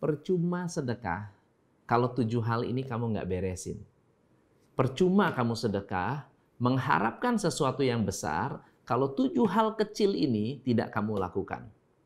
Percuma sedekah kalau 7 hal ini kamu nggak beresin. Percuma kamu sedekah mengharapkan sesuatu yang besar kalau 7 hal kecil ini tidak kamu lakukan.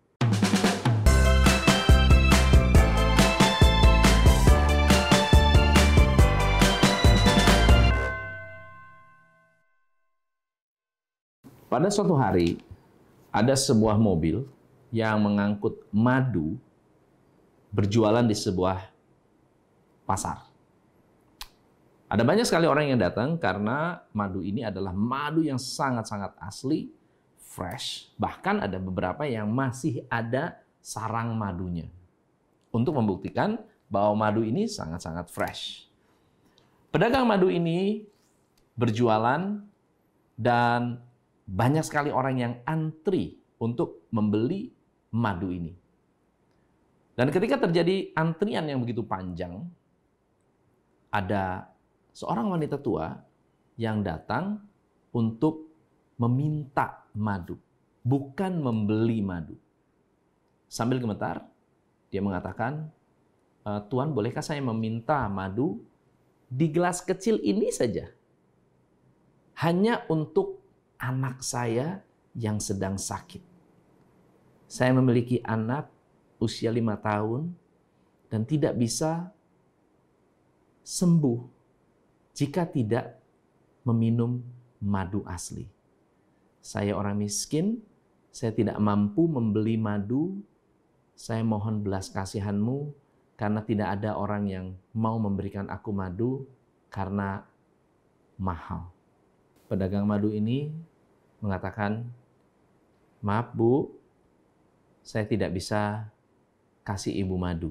Pada suatu hari, ada sebuah mobil yang mengangkut madu berjualan di sebuah pasar. Ada banyak sekali orang yang datang karena madu ini adalah madu yang sangat-sangat asli, fresh. Bahkan ada beberapa yang masih ada sarang madunya. Untuk membuktikan bahwa madu ini sangat-sangat fresh. Pedagang madu ini berjualan dan banyak sekali orang yang antri untuk membeli madu ini. Dan ketika terjadi antrian yang begitu panjang, ada seorang wanita tua yang datang untuk meminta madu, bukan membeli madu. Sambil gemetar, dia mengatakan, "Tuan, bolehkah saya meminta madu di gelas kecil ini saja? Hanya untuk anak saya yang sedang sakit. Saya memiliki anak usia 5 tahun dan tidak bisa sembuh jika tidak meminum madu asli. Saya orang miskin, saya tidak mampu membeli madu. Saya mohon belas kasihanmu karena tidak ada orang yang mau memberikan aku madu karena mahal." Pedagang madu ini mengatakan, "Maaf Bu, saya tidak bisa kasih Ibu madu.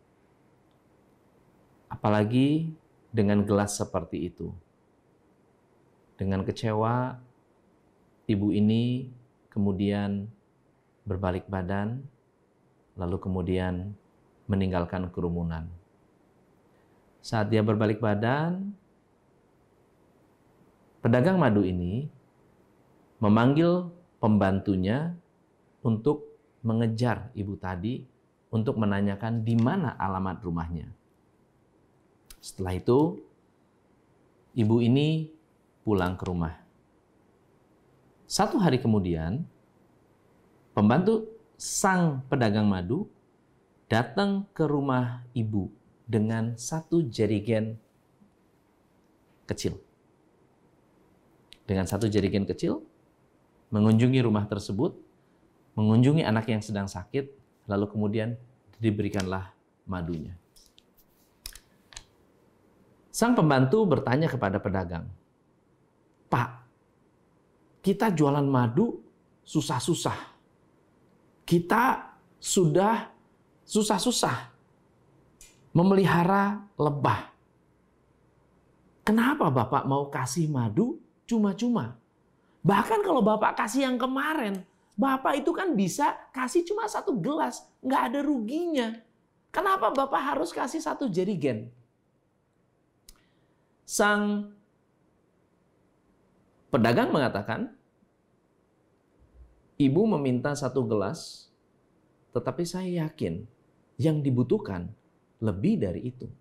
Apalagi dengan gelas seperti itu." Dengan kecewa, ibu ini kemudian berbalik badan, lalu kemudian meninggalkan kerumunan. Saat dia berbalik badan, pedagang madu ini memanggil pembantunya untuk mengejar ibu tadi untuk menanyakan di mana alamat rumahnya. Setelah itu, ibu ini pulang ke rumah. 1 hari kemudian, pembantu sang pedagang madu datang ke rumah ibu dengan 1 jerigen kecil. Dengan 1 jerigen kecil, mengunjungi rumah tersebut, mengunjungi anak yang sedang sakit, lalu kemudian diberikanlah madunya. Sang pembantu bertanya kepada pedagang, "Pak, kita jualan madu susah-susah. Kita sudah susah-susah memelihara lebah. Kenapa Bapak mau kasih madu cuma-cuma? Bahkan kalau Bapak kasih yang kemarin, Bapak itu kan bisa kasih cuma 1 gelas, nggak ada ruginya. Kenapa Bapak harus kasih 1 jerigen?" Sang pedagang mengatakan, "Ibu meminta 1 gelas, tetapi saya yakin yang dibutuhkan lebih dari itu.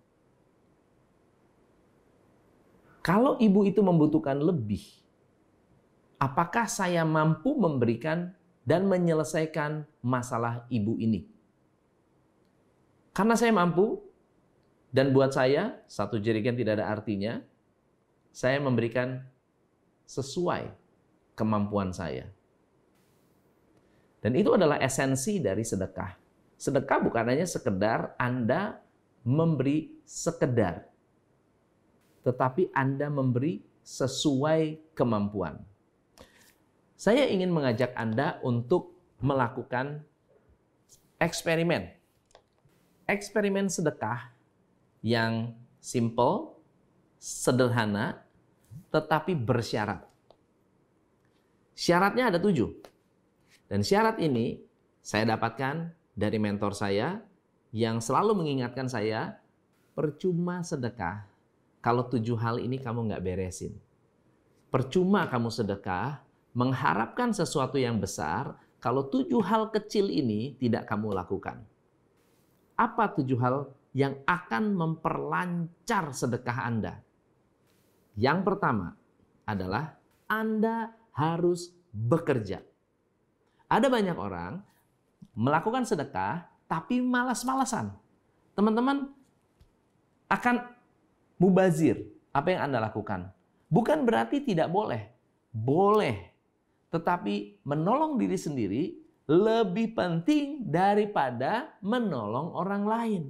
Kalau ibu itu membutuhkan lebih, apakah saya mampu memberikan dan menyelesaikan masalah ibu ini? Karena saya mampu, dan buat saya 1 jerigen tidak ada artinya, saya memberikan sesuai kemampuan saya." Dan itu adalah esensi dari sedekah. Sedekah bukan hanya sekedar Anda memberi sekedar, tetapi Anda memberi sesuai kemampuan. Saya ingin mengajak Anda untuk melakukan eksperimen. Eksperimen sedekah yang simple, sederhana, tetapi bersyarat. Syaratnya ada 7. Dan syarat ini saya dapatkan dari mentor saya yang selalu mengingatkan saya, percuma sedekah kalau 7 hal ini kamu nggak beresin. Percuma kamu sedekah mengharapkan sesuatu yang besar kalau 7 hal kecil ini tidak kamu lakukan. Apa 7 hal yang akan memperlancar sedekah Anda? Yang pertama adalah Anda harus bekerja. Ada banyak orang melakukan sedekah tapi malas-malasan. Teman-teman akan mubazir apa yang Anda lakukan. Bukan berarti tidak boleh. Boleh. Tetapi menolong diri sendiri lebih penting daripada menolong orang lain.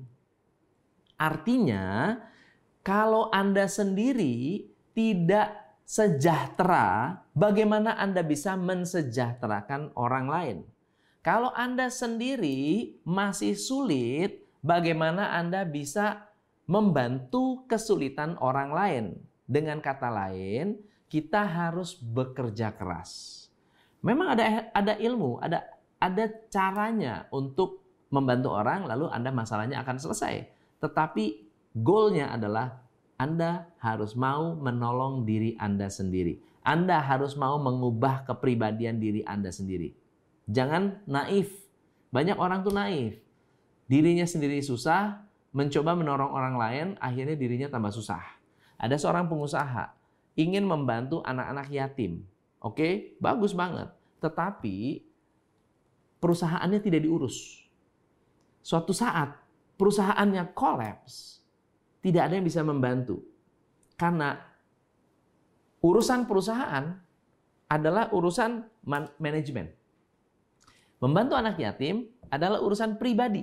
Artinya, kalau Anda sendiri tidak sejahtera, bagaimana Anda bisa mensejahterakan orang lain? Kalau Anda sendiri masih sulit, bagaimana Anda bisa membantu kesulitan orang lain? Dengan kata lain, kita harus bekerja keras. Memang ada ilmu, ada caranya untuk membantu orang, lalu Anda masalahnya akan selesai. Tetapi goalnya adalah Anda harus mau menolong diri Anda sendiri. Anda harus mau mengubah kepribadian diri Anda sendiri. Jangan naif. Banyak orang tuh naif. Dirinya sendiri susah, mencoba menolong orang lain, akhirnya dirinya tambah susah. Ada seorang pengusaha, ingin membantu anak-anak yatim. Oke, bagus banget. Tetapi perusahaannya tidak diurus. Suatu saat perusahaannya kolaps, tidak ada yang bisa membantu. Karena urusan perusahaan adalah urusan manajemen. Membantu anak yatim adalah urusan pribadi.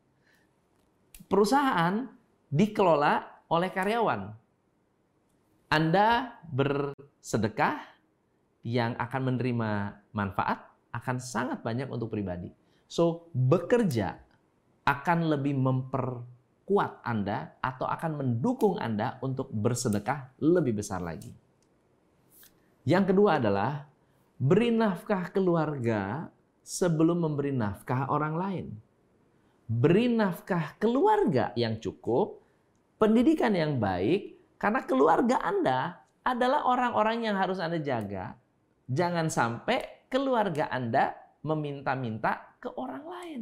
Perusahaan dikelola oleh karyawan. Anda bersedekah, yang akan menerima manfaat akan sangat banyak untuk pribadi. So, bekerja akan lebih memperkuat Anda atau akan mendukung Anda untuk bersedekah lebih besar lagi. Yang kedua adalah beri nafkah keluarga sebelum memberi nafkah orang lain. Beri nafkah keluarga yang cukup, pendidikan yang baik, karena keluarga Anda adalah orang-orang yang harus Anda jaga. Jangan sampai keluarga Anda meminta-minta ke orang lain.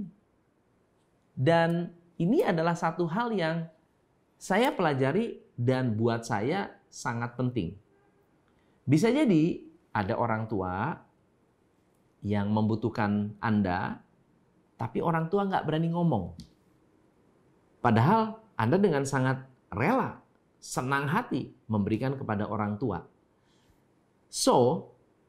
Dan ini adalah satu hal yang saya pelajari dan buat saya sangat penting. Bisa jadi ada orang tua yang membutuhkan Anda, tapi orang tua nggak berani ngomong. Padahal Anda dengan sangat rela, senang hati memberikan kepada orang tua. So,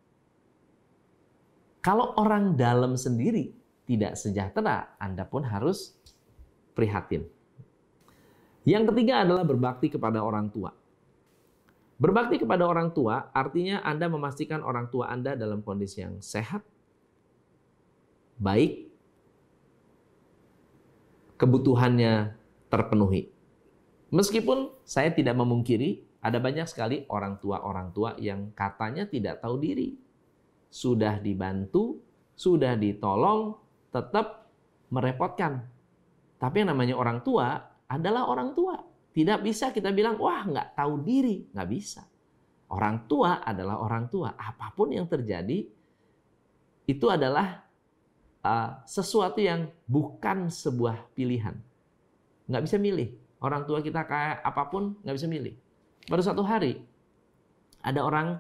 kalau orang dalam sendiri tidak sejahtera, Anda pun harus prihatin. Yang ketiga adalah berbakti kepada orang tua. Berbakti kepada orang tua artinya Anda memastikan orang tua Anda dalam kondisi yang sehat, baik, kebutuhannya terpenuhi. Meskipun saya tidak memungkiri, ada banyak sekali orang tua yang katanya tidak tahu diri. Sudah dibantu, sudah ditolong, tetap merepotkan. Tapi yang namanya orang tua adalah orang tua. Tidak bisa kita bilang, wah nggak tahu diri. Nggak bisa. Orang tua adalah orang tua. Apapun yang terjadi, itu adalah sesuatu yang bukan sebuah pilihan. Nggak bisa milih. Orang tua kita kayak apapun, nggak bisa milih. Baru satu hari, ada orang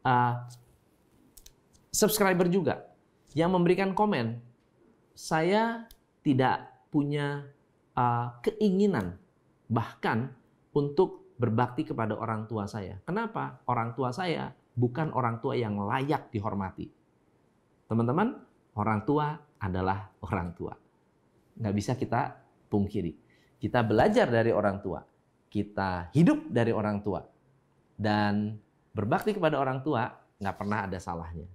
subscriber juga yang memberikan komen, saya tidak punya keinginan bahkan untuk berbakti kepada orang tua saya. Kenapa? Orang tua saya bukan orang tua yang layak dihormati. Teman-teman, orang tua adalah orang tua. Nggak bisa kita pungkiri. Kita belajar dari orang tua. Kita hidup dari orang tua. Dan berbakti kepada orang tua nggak pernah ada salahnya.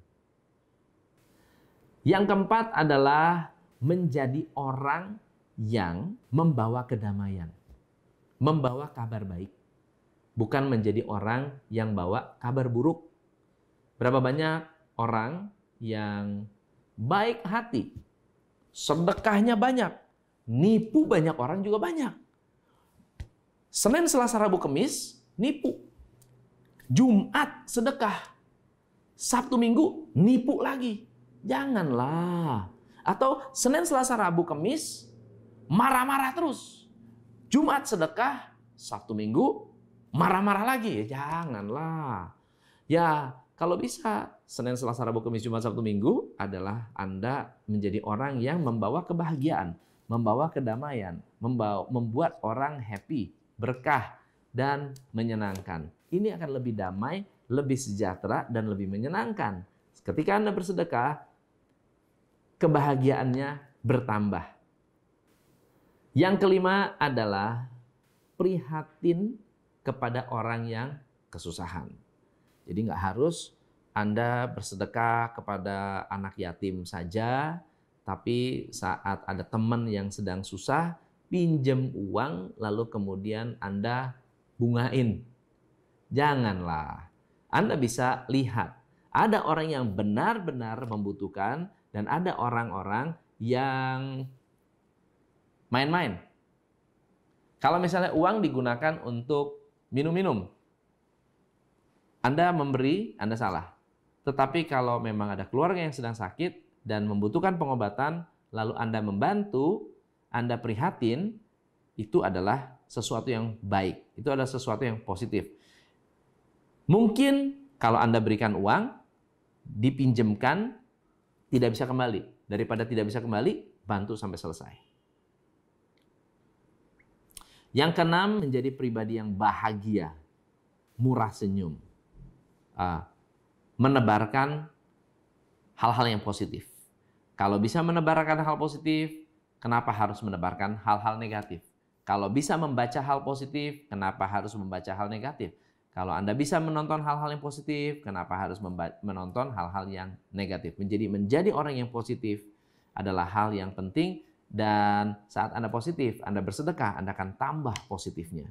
Yang keempat adalah menjadi orang yang membawa kedamaian. Membawa kabar baik. Bukan menjadi orang yang bawa kabar buruk. Berapa banyak orang yang baik hati, sedekahnya banyak, nipu banyak orang juga banyak. Senin, Selasa, Rabu, Kamis, nipu. Jumat, sedekah. Sabtu, Minggu, nipu lagi. Janganlah. Atau Senin, Selasa, Rabu, Kamis, marah-marah terus. Jumat sedekah, Sabtu Minggu marah-marah lagi. Ya janganlah. Ya kalau bisa Senin, Selasa, Rabu, Kamis, Jumat, Sabtu, Minggu adalah Anda menjadi orang yang membawa kebahagiaan, membawa kedamaian, membuat orang happy, berkah, dan menyenangkan. Ini akan lebih damai, lebih sejahtera, dan lebih menyenangkan. Ketika Anda bersedekah, kebahagiaannya bertambah. Yang kelima adalah prihatin kepada orang yang kesusahan. Jadi nggak harus Anda bersedekah kepada anak yatim saja, tapi saat ada teman yang sedang susah, pinjam uang, lalu kemudian Anda bungain. Janganlah. Anda bisa lihat, ada orang yang benar-benar membutuhkan dan ada orang-orang yang main-main. Kalau misalnya uang digunakan untuk minum-minum, Anda memberi, Anda salah. Tetapi kalau memang ada keluarga yang sedang sakit dan membutuhkan pengobatan, lalu Anda membantu, Anda prihatin, itu adalah sesuatu yang baik. Itu adalah sesuatu yang positif. Mungkin kalau Anda berikan uang, dipinjamkan, tidak bisa kembali. Daripada tidak bisa kembali, bantu sampai selesai. Yang keenam, menjadi pribadi yang bahagia, murah senyum. Menebarkan hal-hal yang positif. Kalau bisa menebarkan hal positif, kenapa harus menebarkan hal-hal negatif? Kalau bisa membaca hal positif, kenapa harus membaca hal negatif? Kalau Anda bisa menonton hal-hal yang positif, kenapa harus menonton hal-hal yang negatif? Menjadi orang yang positif adalah hal yang penting, dan saat Anda positif, Anda bersedekah, Anda akan tambah positifnya.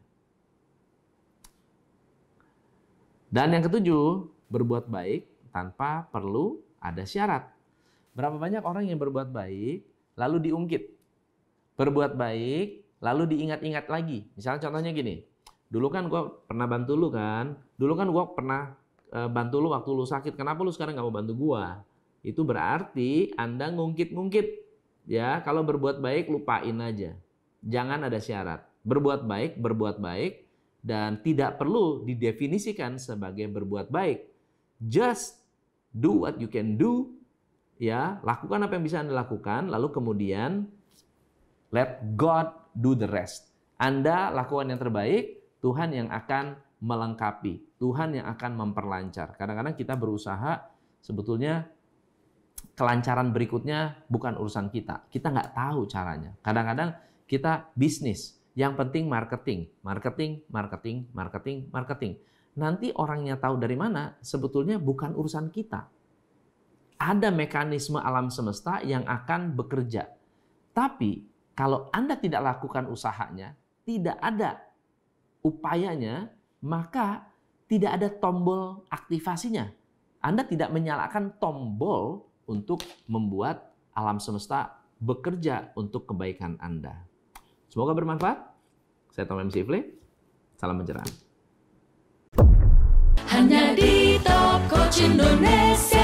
Dan yang ketujuh, berbuat baik tanpa perlu ada syarat. Berapa banyak orang yang berbuat baik, lalu diungkit. Berbuat baik, lalu diingat-ingat lagi. Misalnya contohnya gini, dulu kan gue pernah bantu lu kan, dulu kan gue pernah bantu lu waktu lu sakit, kenapa lu sekarang gak mau bantu gue? Itu berarti Anda ngungkit-ngungkit. Ya, kalau berbuat baik lupain aja. Jangan ada syarat. Berbuat baik, dan tidak perlu didefinisikan sebagai berbuat baik. Just do what you can do. Ya, lakukan apa yang bisa Anda lakukan, lalu kemudian let God do the rest. Anda lakukan yang terbaik, Tuhan yang akan melengkapi, Tuhan yang akan memperlancar. Kadang-kadang kita berusaha, sebetulnya kelancaran berikutnya bukan urusan kita. Kita nggak tahu caranya. Kadang-kadang kita bisnis, yang penting marketing. Nanti orangnya tahu dari mana, sebetulnya bukan urusan kita. Ada mekanisme alam semesta yang akan bekerja. Tapi kalau Anda tidak lakukan usahanya, tidak ada upayanya, maka tidak ada tombol aktivasinya. Anda tidak menyalakan tombol untuk membuat alam semesta bekerja untuk kebaikan Anda. Semoga bermanfaat. Saya Tom MC Ifle. Salam pencerahan. Hanya di Top Coach Indonesia.